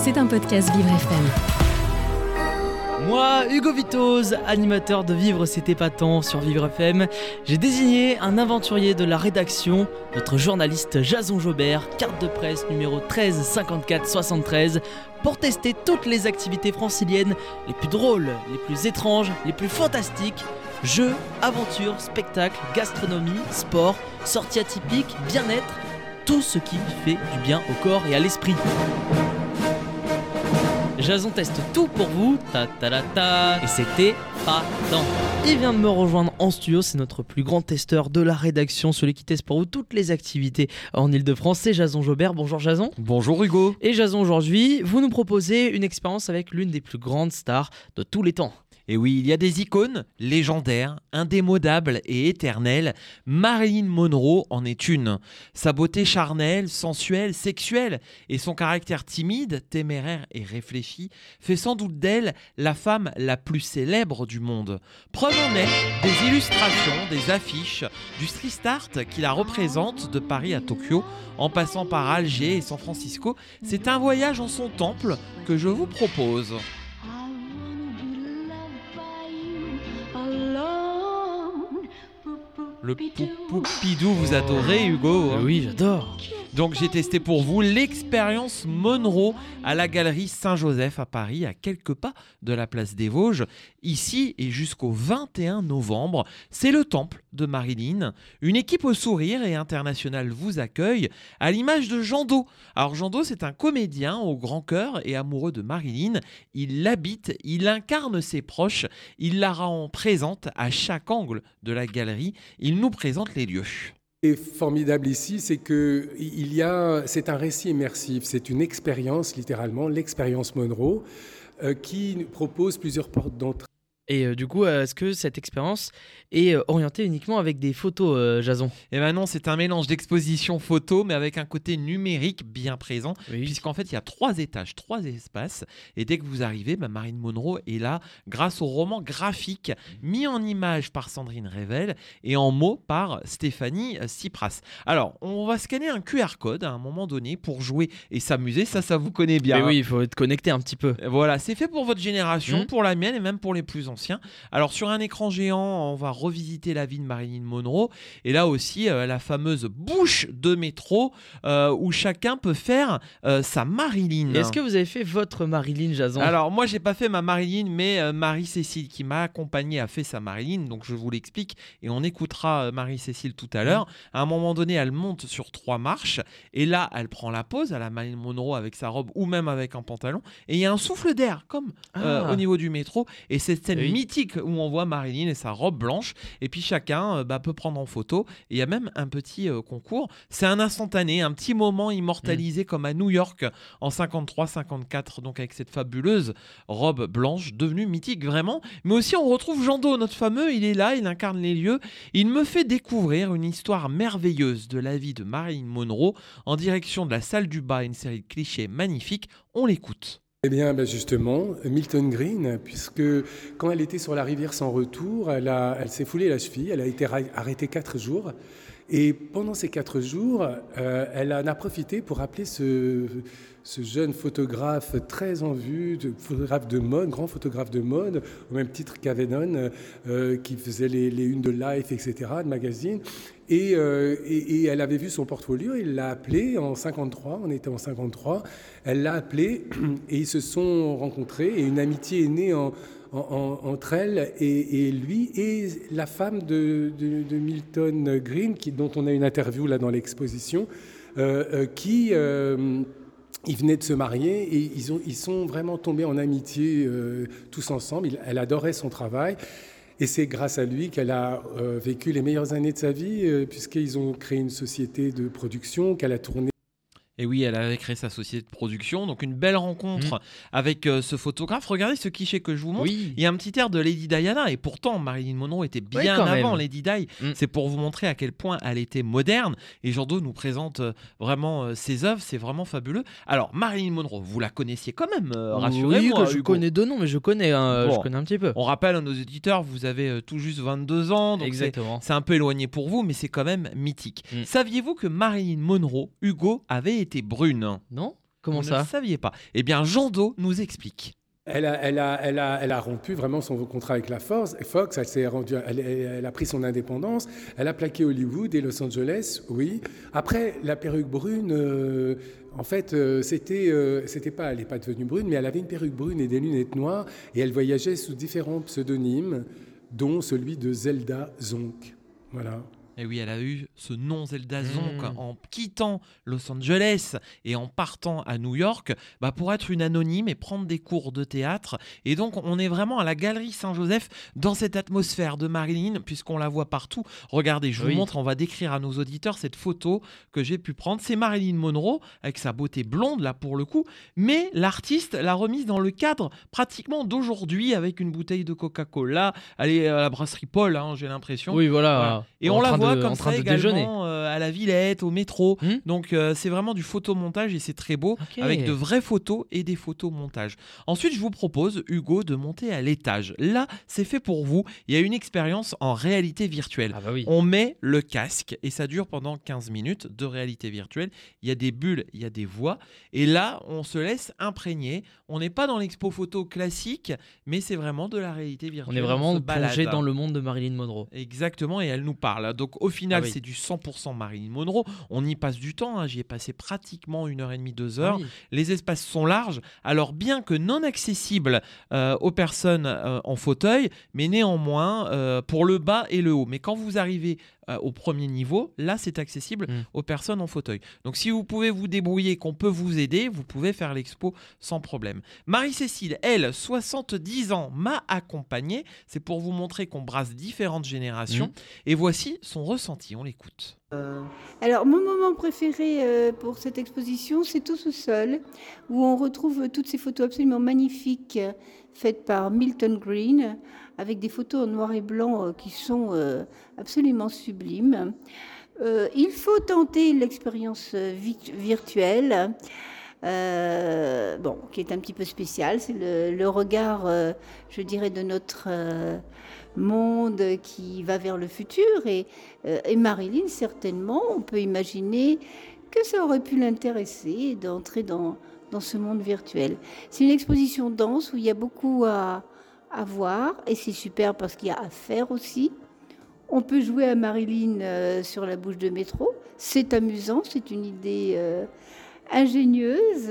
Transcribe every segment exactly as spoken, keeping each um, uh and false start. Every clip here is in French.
C'est un podcast Vivre F M. Moi, Hugo Vitoz, animateur de Vivre c'est épatant sur Vivre F M, j'ai désigné un aventurier de la rédaction, notre journaliste Jason Jobert, carte de presse numéro treize cinquante-quatre soixante-treize, pour tester toutes les activités franciliennes les plus drôles, les plus étranges, les plus fantastiques. Jeux, aventures, spectacles, gastronomie, sport, sorties atypiques, bien-être, tout ce qui fait du bien au corps et à l'esprit. Jason teste tout pour vous, ta ta ta ta, et c'était pas tant. Il vient de me rejoindre en studio, c'est notre plus grand testeur de la rédaction, celui qui teste pour vous toutes les activités en Ile-de-France, c'est Jason Jobert. Bonjour Jason. Bonjour Hugo. Et Jason, aujourd'hui, vous nous proposez une expérience avec l'une des plus grandes stars de tous les temps. Et oui, il y a des icônes légendaires, indémodables et éternelles. Marilyn Monroe en est une. Sa beauté charnelle, sensuelle, sexuelle et son caractère timide, téméraire et réfléchi fait sans doute d'elle la femme la plus célèbre du monde. Preuve en est des illustrations, des affiches, du street art qui la représente de Paris à Tokyo, en passant par Alger et San Francisco. C'est un voyage en son temple que je vous propose. Le Poupidou, vous adorez Hugo hein? Oui, j'adore. Donc j'ai testé pour vous l'expérience Monroe à la galerie Saint-Joseph à Paris, à quelques pas de la place des Vosges. Ici et jusqu'au vingt et un novembre, c'est le temple de Marilyn. Une équipe au sourire et internationale vous accueille à l'image de Jean Do. Alors Jean Do, c'est un comédien au grand cœur et amoureux de Marilyn. Il l'habite, il incarne ses proches, il la rend présente à chaque angle de la galerie. Il nous présente les lieux. Ce qui est formidable ici, c'est que il y a, c'est un récit immersif, c'est une expérience, littéralement, l'expérience Monroe, euh, qui propose plusieurs portes d'entrée. Et euh, du coup, euh, est-ce que cette expérience est euh, orientée uniquement avec des photos, euh, Jason ? Eh ben non, c'est un mélange d'exposition photo, mais avec un côté numérique bien présent, oui. Puisqu'en fait, il y a trois étages, trois espaces, et dès que vous arrivez, bah, Marilyn Monroe est là grâce au roman graphique mis en image par Sandrine Rével et en mots par Stéphanie Tsipras. Alors, on va scanner un Q R code à un moment donné pour jouer et s'amuser, ça, ça vous connaît bien. Mais oui, il faut être connecté un petit peu. Voilà, c'est fait pour votre génération, Mmh. pour la mienne et même pour les plus anciens. Alors sur un écran géant, on va revisiter la vie de Marilyn Monroe et là aussi euh, la fameuse bouche de métro euh, où chacun peut faire euh, sa Marilyn. Et est-ce que vous avez fait votre Marilyn, Jason ? Alors moi j'ai pas fait ma Marilyn, mais euh, Marie-Cécile qui m'a accompagné a fait sa Marilyn, donc je vous l'explique et on écoutera euh, Marie-Cécile tout à l'heure. À un moment donné, elle monte sur trois marches et là elle prend la pose à la Marilyn Monroe avec sa robe ou même avec un pantalon et il y a un souffle d'air comme euh, Ah. au niveau du métro et cette scène Oui. mythique où on voit Marilyn et sa robe blanche et puis chacun euh, bah, peut prendre en photo et il y a même un petit euh, concours. C'est un instantané, un petit moment immortalisé mmh. comme à New York en cinquante-trois cinquante-quatre, donc avec cette fabuleuse robe blanche devenue mythique vraiment. Mais aussi on retrouve Jean Do, notre fameux, il est là, il incarne les lieux. Il me fait découvrir une histoire merveilleuse de la vie de Marilyn Monroe en direction de la salle du bas, une série de clichés magnifiques. On l'écoute. Eh bien, ben justement, Milton Green, puisque quand elle était sur la rivière sans retour, elle, a, elle s'est foulée la cheville, elle a été arrêtée quatre jours. Et pendant ces quatre jours, euh, elle en a profité pour appeler ce, ce jeune photographe très en vue, de, photographe de mode, grand photographe de mode, au même titre qu'Avedon, euh, qui faisait les, les unes de Life, et cetera, de magazines. Et, euh, et, et elle avait vu son portfolio, il l'a appelé en cinquante-trois, on était en cinquante-trois, elle l'a appelé et ils se sont rencontrés et une amitié est née en, en, en, entre elle et, et lui et la femme de, de, de Milton Green, qui, dont on a une interview là dans l'exposition, euh, euh, qui... Euh, Ils venaient de se marier et ils, ont, ils sont vraiment tombés en amitié euh, tous ensemble. Il, elle adorait son travail. Et c'est grâce à lui qu'elle a euh, vécu les meilleures années de sa vie, euh, puisqu'ils ont créé une société de production, qu'elle a tourné. Et oui, elle avait créé sa société de production, donc une belle rencontre mmh. avec euh, ce photographe. Regardez ce cliché que je vous montre. Oui. Il y a un petit air de Lady Diana, et pourtant Marilyn Monroe était bien oui, avant même. Lady Di. Mmh. C'est pour vous montrer à quel point elle était moderne. Et Jean Do nous présente euh, vraiment euh, ses œuvres, c'est vraiment fabuleux. Alors Marilyn Monroe, vous la connaissiez quand même, euh, rassurez-moi. Oui, que je Hugo. connais deux noms, mais je connais, hein, bon. je connais un petit peu. On rappelle à nos auditeurs, vous avez euh, tout juste vingt-deux ans, donc Exactement. C'est, c'est un peu éloigné pour vous, mais c'est quand même mythique. Mmh. Saviez-vous que Marilyn Monroe, Hugo, avait été brune ? Non ? Comment Vous ça ne le saviez pas. Eh bien, Jean Do nous explique. Elle a, elle, a, elle, a, elle a rompu vraiment son contrat avec la Fox. Fox, elle, s'est rendue, elle, elle a pris son indépendance. Elle a plaqué Hollywood et Los Angeles, oui. Après, la perruque brune, euh, en fait, euh, c'était, euh, c'était pas, elle n'est pas devenue brune, mais elle avait une perruque brune et des lunettes noires. Et elle voyageait sous différents pseudonymes, dont celui de Zelda Zonk. Voilà. Et oui, elle a eu ce nom Zelda Zonk Mmh. en quittant Los Angeles et en partant à New York bah, pour être une anonyme et prendre des cours de théâtre. Et donc, on est vraiment à la Galerie Saint-Joseph dans cette atmosphère de Marilyn, puisqu'on la voit partout. Regardez, je Oui. vous montre, on va décrire à nos auditeurs cette photo que j'ai pu prendre. C'est Marilyn Monroe, avec sa beauté blonde, là, pour le coup. Mais l'artiste l'a remise dans le cadre pratiquement d'aujourd'hui, avec une bouteille de Coca-Cola. Elle est à la brasserie Paul, hein, j'ai l'impression. Oui, voilà. Voilà. Et En on la train voit de- comme en train ça de également déjeuner. euh, à la Villette, au métro. Hmm. Donc euh, c'est vraiment du photomontage et c'est très beau, Ok. avec de vraies photos et des photomontages. Ensuite, je vous propose, Hugo, de monter à l'étage. Là, c'est fait pour vous. Il y a une expérience en réalité virtuelle. Ah bah oui. On met le casque et ça dure pendant quinze minutes de réalité virtuelle. Il y a des bulles, il y a des voix. Et là, on se laisse imprégner. On n'est pas dans l'expo photo classique, mais c'est vraiment de la réalité On virtuelle. est vraiment se balade. plongé dans le monde de Marilyn Monroe. Exactement, et elle nous parle. Donc au final, Ah oui. c'est du cent pour cent Marilyn Monroe. On y passe du temps, hein. J'y ai passé pratiquement une heure et demie, deux heures. Ah oui. Les espaces sont larges, alors bien que non accessibles euh, aux personnes euh, en fauteuil, mais néanmoins euh, pour le bas et le haut. Mais quand vous arrivez euh, au premier niveau, là c'est accessible Mm. aux personnes en fauteuil. Donc si vous pouvez vous débrouiller, qu'on peut vous aider, vous pouvez faire l'expo sans problème. Marie-Cécile, elle, soixante-dix ans, m'a accompagnée. C'est pour vous montrer qu'on brasse différentes générations. Mm. Et voici son ressenti, on l'écoute. Alors, mon moment préféré euh, pour cette exposition, c'est Tout sous-sol, où on retrouve toutes ces photos absolument magnifiques euh, faites par Milton Green, avec des photos en noir et blanc euh, qui sont euh, absolument sublimes. Euh, il faut tenter l'expérience euh, vi- virtuelle, euh, bon, qui est un petit peu spéciale. C'est le, le regard, euh, je dirais, de notre euh, monde qui va vers le futur. Et, euh, et Marilyn, certainement, on peut imaginer que ça aurait pu l'intéresser d'entrer dans, dans ce monde virtuel. C'est une exposition dense où il y a beaucoup à, à voir, et c'est super parce qu'il y a à faire aussi. On peut jouer à Marilyn euh, sur la bouche de métro. C'est amusant, c'est une idée euh, ingénieuse.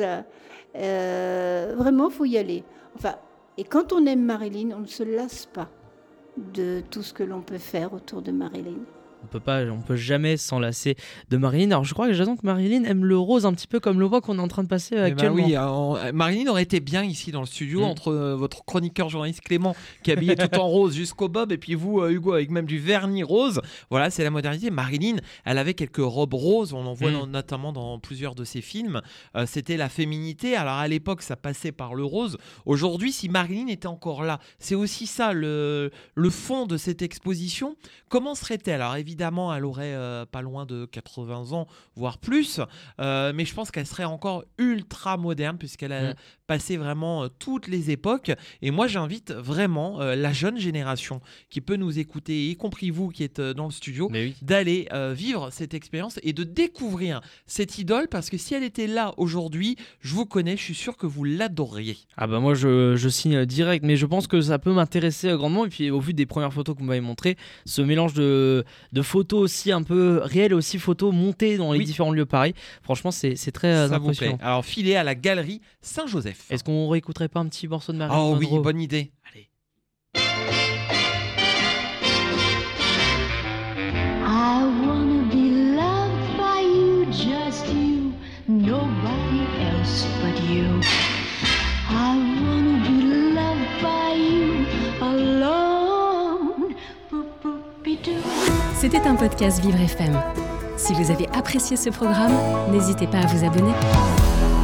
Euh, vraiment, il faut y aller. Enfin, et quand on aime Marilyn, on ne se lasse pas de tout ce que l'on peut faire autour de Marilyn. On peut pas, on peut jamais s'enlacer de Marilyn. Alors je crois que Jason que Marilyn aime le rose un petit peu comme le voit qu'on est en train de passer Eh ben actuellement. oui, euh, Marilyn aurait été bien ici dans le studio Mm. entre euh, votre chroniqueur journaliste Clément qui est habillé tout en rose jusqu'au bob et puis vous euh, Hugo avec même du vernis rose. Voilà, c'est la modernité. Marilyn, elle avait quelques robes roses, on en voit Mm. dans- notamment dans plusieurs de ses films. Euh, c'était la féminité. Alors à l'époque, ça passait par le rose. Aujourd'hui, si Marilyn était encore là, c'est aussi ça le, le fond de cette exposition. Comment serait-elle? Alors évidemment, elle aurait euh, pas loin de quatre-vingts ans, voire plus. Euh, mais je pense qu'elle serait encore ultra moderne puisqu'elle a Mm. passé vraiment euh, toutes les époques. Et moi, j'invite vraiment euh, la jeune génération qui peut nous écouter, y compris vous qui êtes euh, dans le studio, Mais oui. d'aller euh, vivre cette expérience et de découvrir cette idole parce que si elle était là aujourd'hui, je vous connais, je suis sûr que vous l'adoreriez. Ah bah moi je, je signe direct, mais je pense que ça peut m'intéresser euh, grandement. Et puis au vu des premières photos que vous m'avez montrées, ce mélange de, de photos aussi un peu réelles et aussi photos montées dans les Oui. différents lieux pareils, franchement c'est, c'est très euh, Ça vous plaît. impressionnant. Alors, filez à la galerie Saint-Joseph. Est-ce qu'on réécouterait pas un petit morceau de Marilyn Oh oui, Monroe? bonne idée. Allez. I wanna be loved by you, just you, nobody else but you. I wanna be loved by you alone. Boop-boop-be-doo. C'était un podcast Vivre F M. Si vous avez apprécié ce programme, n'hésitez pas à vous abonner.